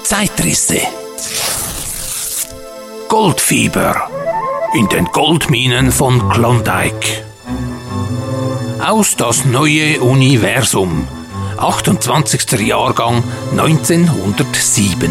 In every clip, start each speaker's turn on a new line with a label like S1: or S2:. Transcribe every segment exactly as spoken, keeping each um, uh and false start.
S1: Zeitrisse. Goldfieber in den Goldminen von Klondike. Aus das neue Universum. achtundzwanzigster Jahrgang neunzehnhundertsieben.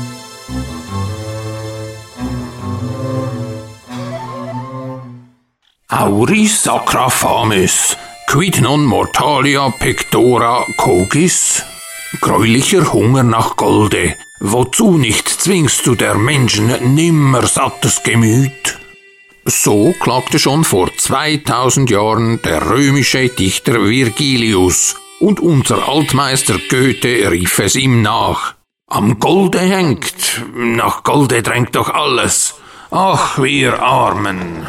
S1: Auris sacra fames, quid non mortalia pectora cogis? Gräulicher Hunger nach Golde, wozu nicht zwingst du der Menschen nimmer sattes Gemüt? So klagte schon vor zweitausend Jahren der römische Dichter Virgilius, und unser Altmeister Goethe rief es ihm nach. Am Golde hängt, nach Golde drängt doch alles. Ach, wir Armen!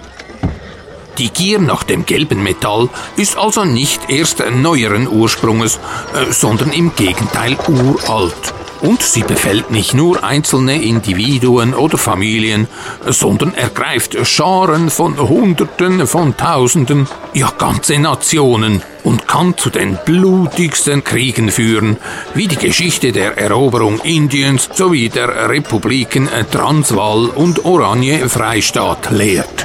S1: Die Gier nach dem gelben Metall ist also nicht erst neueren Ursprunges, äh, sondern im Gegenteil uralt. Und sie befällt nicht nur einzelne Individuen oder Familien, sondern ergreift Scharen von Hunderten, von Tausenden, ja ganze Nationen und kann zu den blutigsten Kriegen führen, wie die Geschichte der Eroberung Indiens sowie der Republiken Transvaal und Oranje-Freistaat lehrt.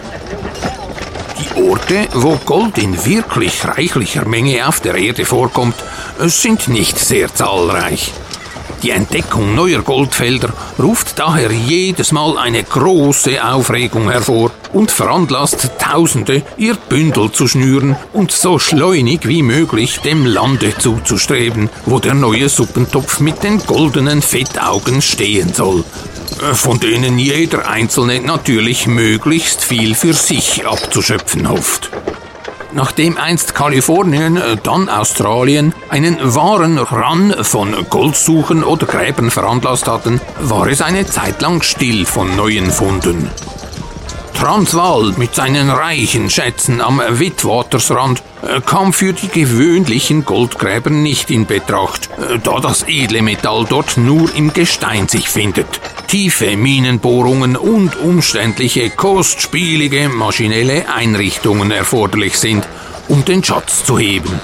S1: Die Orte, wo Gold in wirklich reichlicher Menge auf der Erde vorkommt, sind nicht sehr zahlreich. Die Entdeckung neuer Goldfelder ruft daher jedes Mal eine große Aufregung hervor und veranlasst Tausende, ihr Bündel zu schnüren und so schleunig wie möglich dem Lande zuzustreben, wo der neue Suppentopf mit den goldenen Fettaugen stehen soll, von denen jeder Einzelne natürlich möglichst viel für sich abzuschöpfen hofft. Nachdem einst Kalifornien, dann Australien einen wahren Run von Goldsuchen oder Gräbern veranlasst hatten, war es eine Zeit lang still von neuen Funden. Transvaal mit seinen reichen Schätzen am Witwatersrand kam für die gewöhnlichen Goldgräber nicht in Betracht, da das edle Metall dort nur im Gestein sich findet. Tiefe Minenbohrungen und umständliche, kostspielige maschinelle Einrichtungen erforderlich sind, um den Schatz zu heben.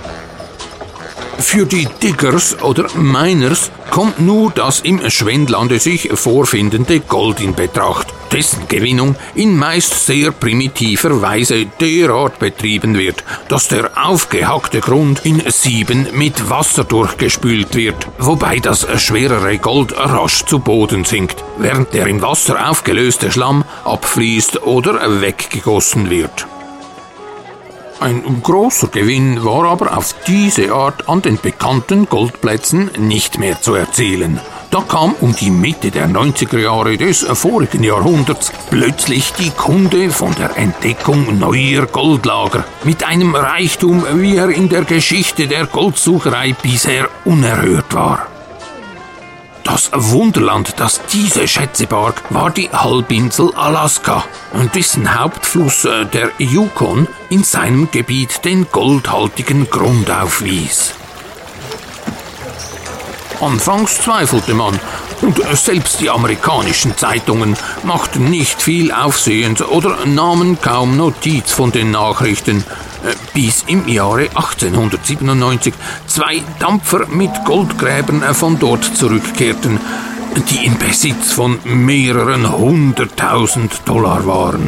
S1: Für die Diggers oder Miners kommt nur das im Schwendlande sich vorfindende Gold in Betracht, dessen Gewinnung in meist sehr primitiver Weise derart betrieben wird, dass der aufgehackte Grund in Sieben mit Wasser durchgespült wird, wobei das schwerere Gold rasch zu Boden sinkt, während der im Wasser aufgelöste Schlamm abfließt oder weggegossen wird. Ein großer Gewinn war aber auf diese Art an den bekannten Goldplätzen nicht mehr zu erzielen. Da kam um die Mitte der neunziger Jahre des vorigen Jahrhunderts plötzlich die Kunde von der Entdeckung neuer Goldlager mit einem Reichtum, wie er in der Geschichte der Goldsucherei bisher unerhört war. Das Wunderland, das diese Schätze barg, war die Halbinsel Alaska, dessen Hauptfluss, der Yukon, in seinem Gebiet den goldhaltigen Grund aufwies. Anfangs zweifelte man, und selbst die amerikanischen Zeitungen machten nicht viel Aufsehens oder nahmen kaum Notiz von den Nachrichten, bis im Jahre achtzehnhundertsiebenundneunzig zwei Dampfer mit Goldgräbern von dort zurückkehrten, die im Besitz von mehreren hunderttausend Dollar waren.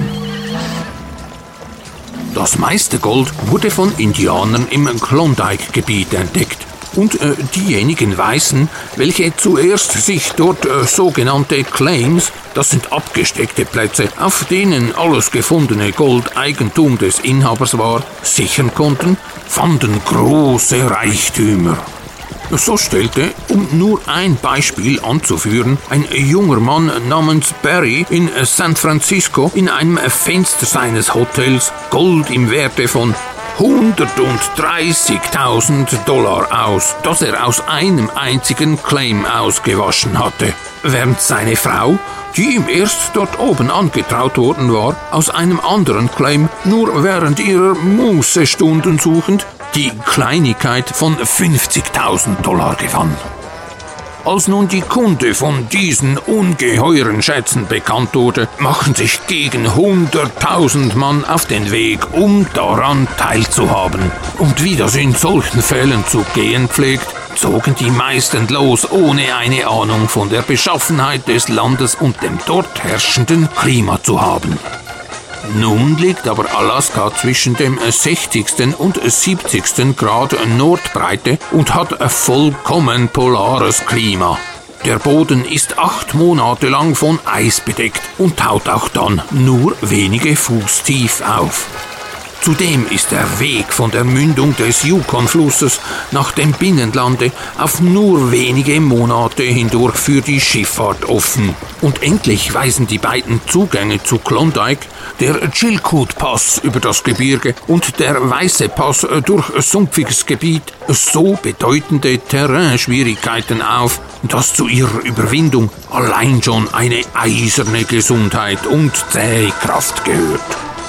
S1: Das meiste Gold wurde von Indianern im Klondike-Gebiet entdeckt. Und äh, diejenigen Weißen, welche zuerst sich dort äh, sogenannte Claims, das sind abgesteckte Plätze, auf denen alles gefundene Gold Eigentum des Inhabers war, sichern konnten, fanden große Reichtümer. So stellte, um nur ein Beispiel anzuführen, ein junger Mann namens Barry in San Francisco in einem Fenster seines Hotels Gold im Werte von hundertdreißigtausend Dollar aus, das er aus einem einzigen Claim ausgewaschen hatte, während seine Frau, die ihm erst dort oben angetraut worden war, aus einem anderen Claim nur während ihrer Mußestunden suchend die Kleinigkeit von fünfzigtausend Dollar gewann. Als nun die Kunde von diesen ungeheuren Schätzen bekannt wurde, machen sich gegen hunderttausend Mann auf den Weg, um daran teilzuhaben. Und wie das in solchen Fällen zu gehen pflegt, zogen die meisten los, ohne eine Ahnung von der Beschaffenheit des Landes und dem dort herrschenden Klima zu haben. Nun liegt aber Alaska zwischen dem sechzigsten und siebzigsten Grad Nordbreite und hat ein vollkommen polares Klima. Der Boden ist acht Monate lang von Eis bedeckt und taut auch dann nur wenige Fuß tief auf. Zudem ist der Weg von der Mündung des Yukon-Flusses nach dem Binnenlande auf nur wenige Monate hindurch für die Schifffahrt offen. Und endlich weisen die beiden Zugänge zu Klondike, der Chilkoot-Pass über das Gebirge und der Weiße Pass durch sumpfiges Gebiet, so bedeutende Terrainschwierigkeiten auf, dass zu ihrer Überwindung allein schon eine eiserne Gesundheit und zähe Kraft gehört.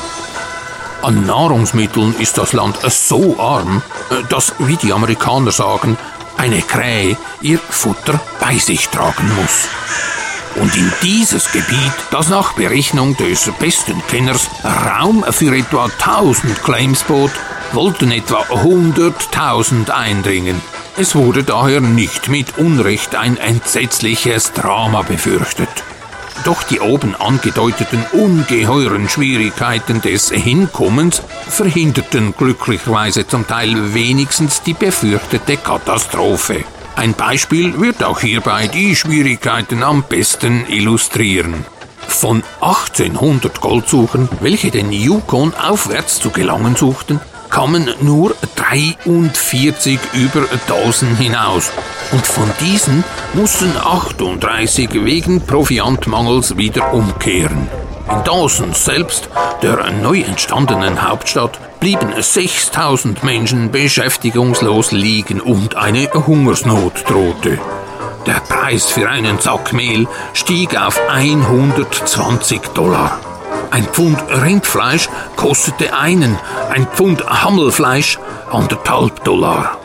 S1: An Nahrungsmitteln ist das Land so arm, dass, wie die Amerikaner sagen, eine Krähe ihr Futter bei sich tragen muss. Und in dieses Gebiet, das nach Berechnung des besten Kenners Raum für etwa tausend Claims bot, wollten etwa hunderttausend eindringen. Es wurde daher nicht mit Unrecht ein entsetzliches Drama befürchtet. Doch die oben angedeuteten ungeheuren Schwierigkeiten des Hinkommens verhinderten glücklicherweise zum Teil wenigstens die befürchtete Katastrophe. Ein Beispiel wird auch hierbei die Schwierigkeiten am besten illustrieren. Von achtzehnhundert Goldsuchern, welche den Yukon aufwärts zu gelangen suchten, kamen nur dreiundvierzig über Dawson hinaus. Und von diesen mussten achtunddreißig wegen Proviantmangels wieder umkehren. In Dawson selbst, der neu entstandenen Hauptstadt, blieben sechstausend Menschen beschäftigungslos liegen und eine Hungersnot drohte. Der Preis für einen Sack Mehl stieg auf hundertzwanzig Dollar. Ein Pfund Rindfleisch kostete einen, ein Pfund Hammelfleisch anderthalb Dollar.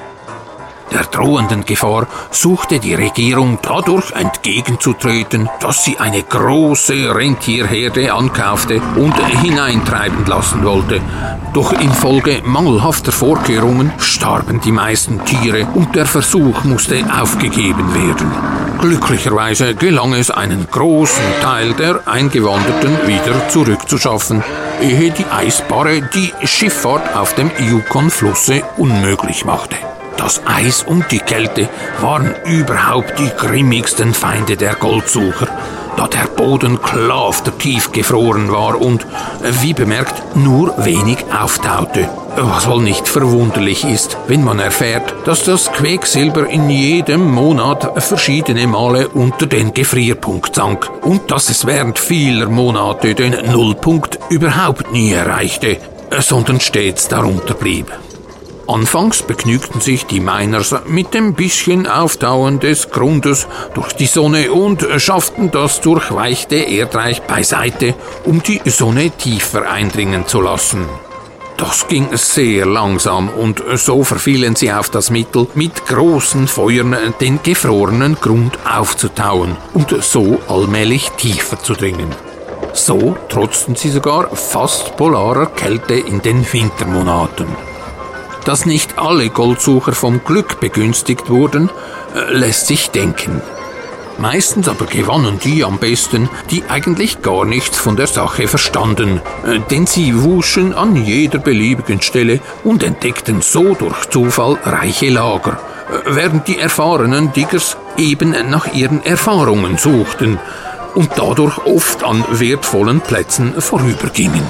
S1: Der drohenden Gefahr suchte die Regierung dadurch entgegenzutreten, dass sie eine große Rentierherde ankaufte und hineintreiben lassen wollte. Doch infolge mangelhafter Vorkehrungen starben die meisten Tiere und der Versuch musste aufgegeben werden. Glücklicherweise gelang es, einen großen Teil der Eingewanderten wieder zurückzuschaffen, ehe die Eisbarre die Schifffahrt auf dem Yukon-Flusse unmöglich machte. Das Eis und die Kälte waren überhaupt die grimmigsten Feinde der Goldsucher, da der Boden klaftertief gefroren war und, wie bemerkt, nur wenig auftaute. Was wohl nicht verwunderlich ist, wenn man erfährt, dass das Quecksilber in jedem Monat verschiedene Male unter den Gefrierpunkt sank und dass es während vieler Monate den Nullpunkt überhaupt nie erreichte, sondern stets darunter blieb. Anfangs begnügten sich die Miners mit dem bisschen Auftauen des Grundes durch die Sonne und schafften das durchweichte Erdreich beiseite, um die Sonne tiefer eindringen zu lassen. Das ging sehr langsam und so verfielen sie auf das Mittel, mit großen Feuern den gefrorenen Grund aufzutauen und so allmählich tiefer zu dringen. So trotzten sie sogar fast polarer Kälte in den Wintermonaten. Dass nicht alle Goldsucher vom Glück begünstigt wurden, lässt sich denken. Meistens aber gewannen die am besten, die eigentlich gar nichts von der Sache verstanden, denn sie wuschen an jeder beliebigen Stelle und entdeckten so durch Zufall reiche Lager, während die erfahrenen Diggers eben nach ihren Erfahrungen suchten und dadurch oft an wertvollen Plätzen vorübergingen.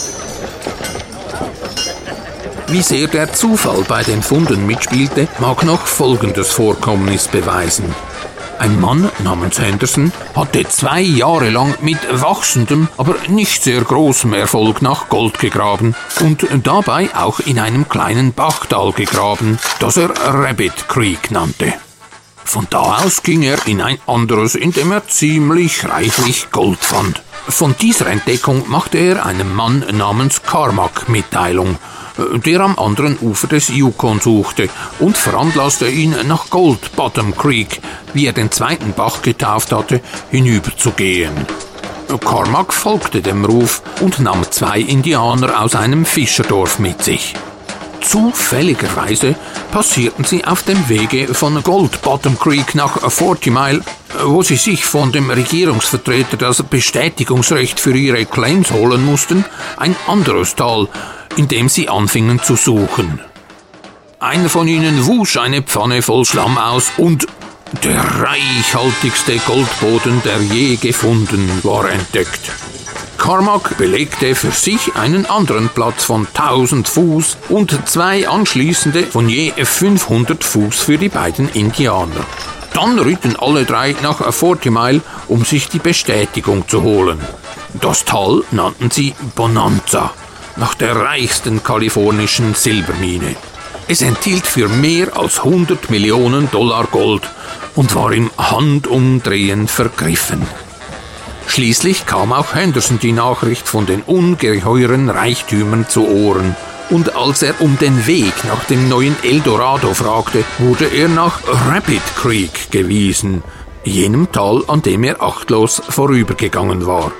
S1: Wie sehr der Zufall bei den Funden mitspielte, mag noch folgendes Vorkommnis beweisen. Ein Mann namens Henderson hatte zwei Jahre lang mit wachsendem, aber nicht sehr großem Erfolg nach Gold gegraben und dabei auch in einem kleinen Bachtal gegraben, das er Rabbit Creek nannte. Von da aus ging er in ein anderes, in dem er ziemlich reichlich Gold fand. Von dieser Entdeckung machte er einem Mann namens Carmack Mitteilung, der am anderen Ufer des Yukon suchte und veranlasste ihn, nach Gold Bottom Creek, wie er den zweiten Bach getauft hatte, hinüberzugehen. Cormac folgte dem Ruf und nahm zwei Indianer aus einem Fischerdorf mit sich. Zufälligerweise passierten sie auf dem Wege von Gold Bottom Creek nach Forty Mile, wo sie sich von dem Regierungsvertreter das Bestätigungsrecht für ihre Claims holen mussten, ein anderes Tal, in dem sie anfingen zu suchen. Einer von ihnen wusch eine Pfanne voll Schlamm aus und der reichhaltigste Goldboden, der je gefunden, war entdeckt. Cormac belegte für sich einen anderen Platz von tausend Fuß und zwei anschließende von je fünfhundert Fuß für die beiden Indianer. Dann ritten alle drei nach Forty Mile, um sich die Bestätigung zu holen. Das Tal nannten sie Bonanza, nach der reichsten kalifornischen Silbermine. Es enthielt für mehr als hundert Millionen Dollar Gold und war im Handumdrehen vergriffen. Schließlich kam auch Henderson die Nachricht von den ungeheuren Reichtümern zu Ohren. Und als er um den Weg nach dem neuen Eldorado fragte, wurde er nach Rapid Creek gewiesen, jenem Tal, an dem er achtlos vorübergegangen war.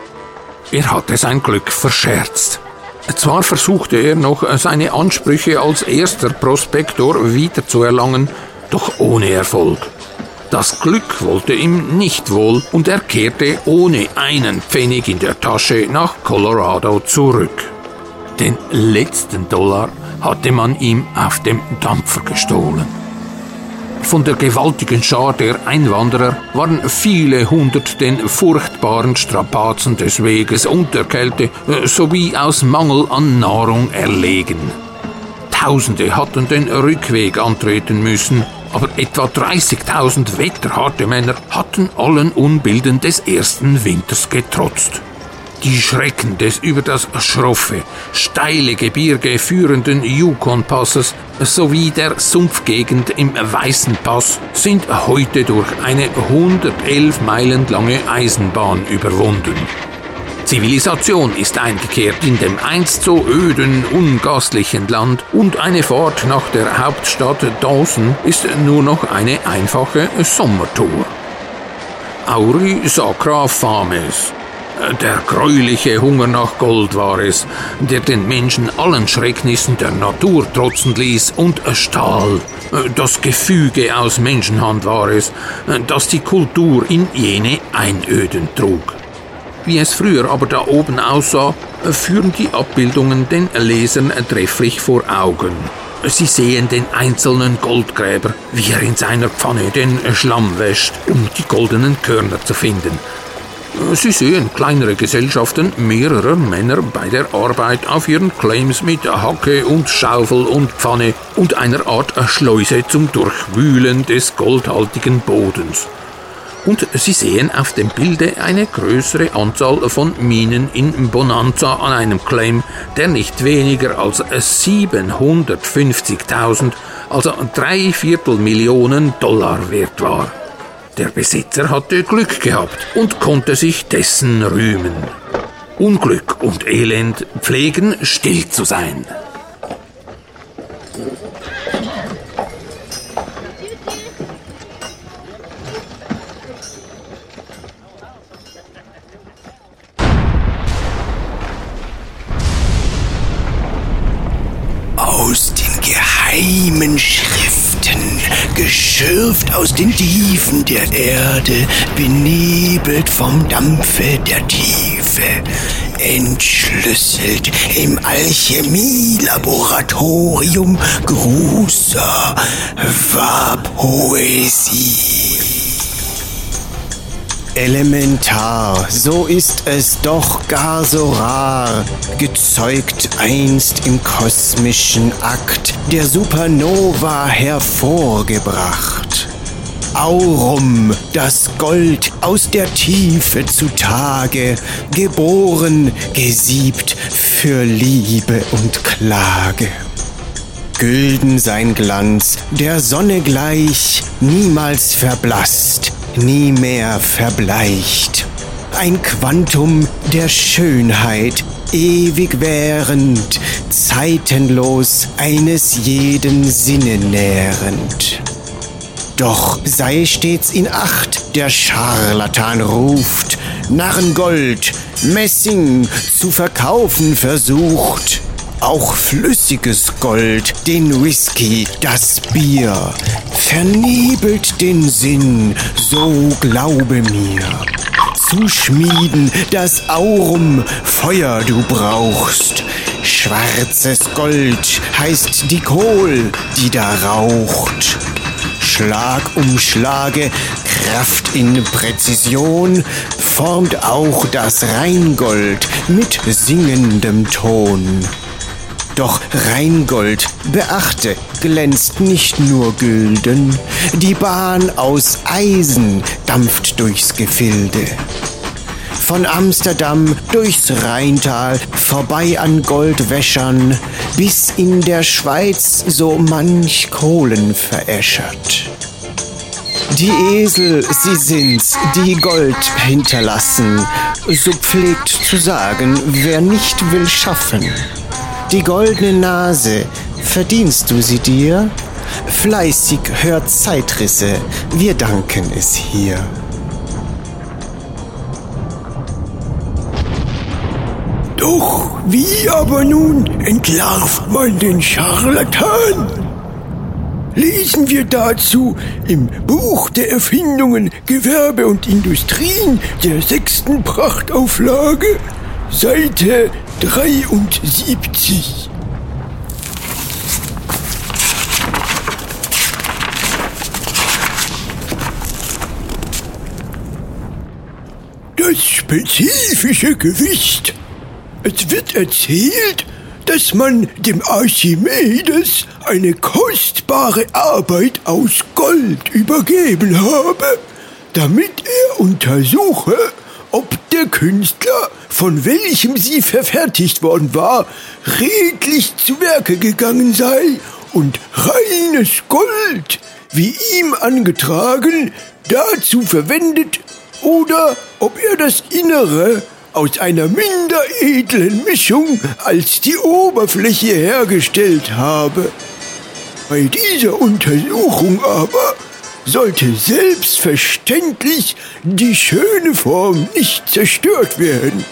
S1: Er hatte sein Glück verscherzt. Zwar versuchte er noch, seine Ansprüche als erster Prospektor wiederzuerlangen, doch ohne Erfolg. Das Glück wollte ihm nicht wohl und er kehrte ohne einen Pfennig in der Tasche nach Colorado zurück. Den letzten Dollar hatte man ihm auf dem Dampfer gestohlen. Von der gewaltigen Schar der Einwanderer waren viele hundert den furchtbaren Strapazen des Weges und der Kälte sowie aus Mangel an Nahrung erlegen. Tausende hatten den Rückweg antreten müssen, aber etwa dreißigtausend wetterharte Männer hatten allen Unbilden des ersten Winters getrotzt. Die Schrecken des über das schroffe, steile Gebirge führenden Yukon-Passes sowie der Sumpfgegend im Weißen Pass sind heute durch eine hundertelf Meilen lange Eisenbahn überwunden. Zivilisation ist eingekehrt in dem einst so öden, ungastlichen Land und eine Fahrt nach der Hauptstadt Dawson ist nur noch eine einfache Sommertour. Auri sacra fames. Der gräuliche Hunger nach Gold war es, der den Menschen allen Schrecknissen der Natur trotzen ließ und Stahl. Das Gefüge aus Menschenhand war es, das die Kultur in jene Einöden trug. Wie es früher aber da oben aussah, führen die Abbildungen den Lesern trefflich vor Augen. Sie sehen den einzelnen Goldgräber, wie er in seiner Pfanne den Schlamm wäscht, um die goldenen Körner zu finden. Sie sehen kleinere Gesellschaften mehrerer Männer bei der Arbeit auf ihren Claims mit Hacke und Schaufel und Pfanne und einer Art Schleuse zum Durchwühlen des goldhaltigen Bodens. Und Sie sehen auf dem Bilde eine größere Anzahl von Minen in Bonanza an einem Claim, der nicht weniger als siebenhundertfünfzigtausend, also drei Viertel Millionen Dollar wert war. Der Besitzer hatte Glück gehabt und konnte sich dessen rühmen. Unglück und Elend pflegen still zu sein.
S2: Aus den geheimen Schriften, geschürft aus den Tiefen der Erde, benebelt vom Dampfe der Tiefe, entschlüsselt im Alchemielaboratorium großer war Poesie. Elementar, so ist es doch gar so rar, gezeugt einst im kosmischen Akt der Supernova hervorgebracht. Aurum, das Gold aus der Tiefe zutage, geboren, gesiebt für Liebe und Klage. Gülden sein Glanz, der Sonne gleich, niemals verblasst, nie mehr verbleicht. Ein Quantum der Schönheit, ewig während, zeitenlos, eines jeden Sinne nährend. Doch sei stets in Acht, der Scharlatan ruft, Narrengold, Messing zu verkaufen versucht. Auch flüssiges Gold, den Whisky, das Bier, vernebelt den Sinn, so glaube mir. Zu schmieden das Aurum Feuer du brauchst. Schwarzes Gold heißt die Kohl, die da raucht. Schlag um Schlage, Kraft in Präzision, formt auch das Rheingold mit singendem Ton. Doch Rheingold, beachte, glänzt nicht nur gülden, die Bahn aus Eisen dampft durchs Gefilde. Von Amsterdam durchs Rheintal, vorbei an Goldwäschern, bis in der Schweiz so manch Kohlen veräschert. Die Esel, sie sind's, die Gold hinterlassen, so pflegt zu sagen, wer nicht will schaffen. Die goldene Nase, verdienst du sie dir? Fleißig hört Zeitrisse, wir danken es hier.
S3: Doch wie aber nun entlarvt man den Scharlatan? Lesen wir dazu im Buch der Erfindungen, Gewerbe und Industrien der sechsten Prachtauflage, Seite dreiundsiebzig. Das spezifische Gewicht. Es wird erzählt, dass man dem Archimedes eine kostbare Arbeit aus Gold übergeben habe, damit er untersuche, ob der Künstler, von welchem sie verfertigt worden war, redlich zu Werke gegangen sei und reines Gold, wie ihm angetragen, dazu verwendet, oder ob er das Innere aus einer minder edlen Mischung als die Oberfläche hergestellt habe. Bei dieser Untersuchung aber sollte selbstverständlich die schöne Form nicht zerstört werden.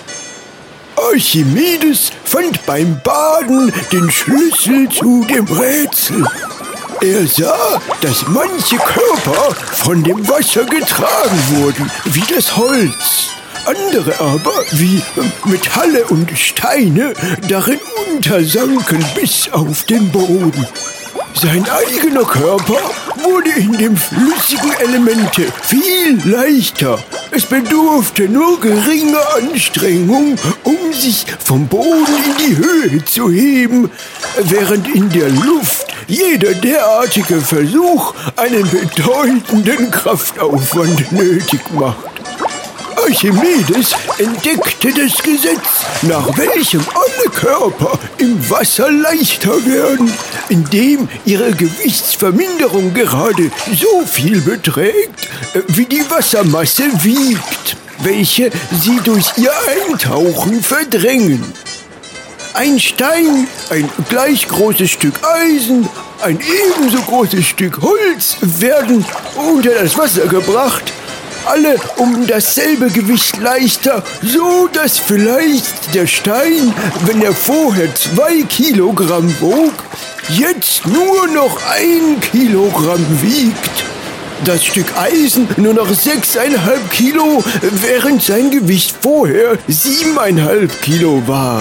S3: Archimedes fand beim Baden den Schlüssel zu dem Rätsel. Er sah, dass manche Körper von dem Wasser getragen wurden, wie das Holz. Andere aber, wie Metalle und Steine, darin untersanken bis auf den Boden. Sein eigener Körper wurde in dem flüssigen Elemente viel leichter. Es bedurfte nur geringer Anstrengung, um sich vom Boden in die Höhe zu heben, während in der Luft jeder derartige Versuch einen bedeutenden Kraftaufwand nötig macht. Archimedes entdeckte das Gesetz, nach welchem alle Körper im Wasser leichter werden, indem ihre Gewichtsverminderung gerade so viel beträgt, wie die Wassermasse wiegt, welche sie durch ihr Eintauchen verdrängen. Ein Stein, ein gleich großes Stück Eisen, ein ebenso großes Stück Holz werden unter das Wasser gebracht, alle um dasselbe Gewicht leichter, so dass vielleicht der Stein, wenn er vorher zwei Kilogramm wog, jetzt nur noch ein Kilogramm wiegt. Das Stück Eisen nur noch sechseinhalb Kilo, während sein Gewicht vorher siebeneinhalb Kilo war.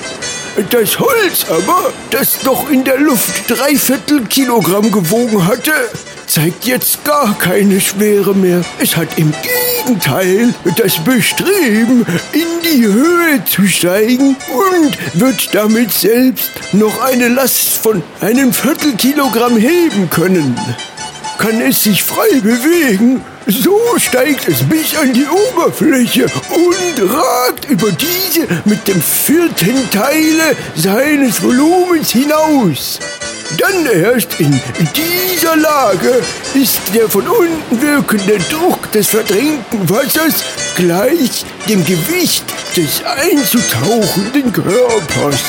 S3: Das Holz aber, das doch in der Luft dreiviertel Kilogramm gewogen hatte, zeigt jetzt gar keine Schwere mehr. Es hat im Gegenteil das Bestreben, in die Höhe zu steigen und wird damit selbst noch eine Last von einem Viertelkilogramm heben können. Kann es sich frei bewegen, so steigt es bis an die Oberfläche und ragt über diese mit dem vierten Teile seines Volumens hinaus. Dann erst in dieser Lage ist der von unten wirkende Druck des verdrängten Wassers gleich dem Gewicht des einzutauchenden Körpers.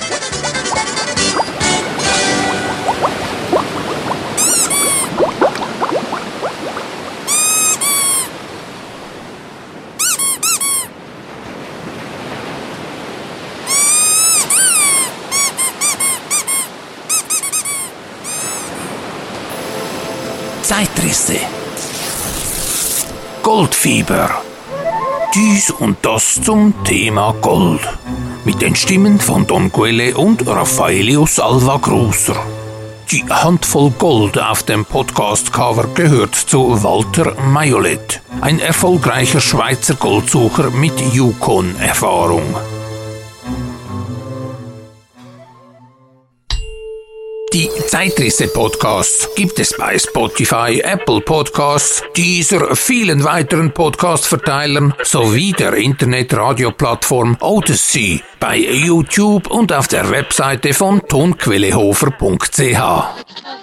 S1: Zeitrisse. Goldfieber. Dies und das zum Thema Gold. Mit den Stimmen von Don Quelle und Raffaello Salva Großer. Die Handvoll Gold auf dem Podcast-Cover gehört zu Walter Majolet, ein erfolgreicher Schweizer Goldsucher mit Yukon-Erfahrung. Die Zeitrisse-Podcasts gibt es bei Spotify, Apple Podcasts, Deezer, vielen weiteren Podcast-Verteilern sowie der Internet-Radio-Plattform Odyssey, bei YouTube und auf der Webseite von tonquellehofer punkt c h.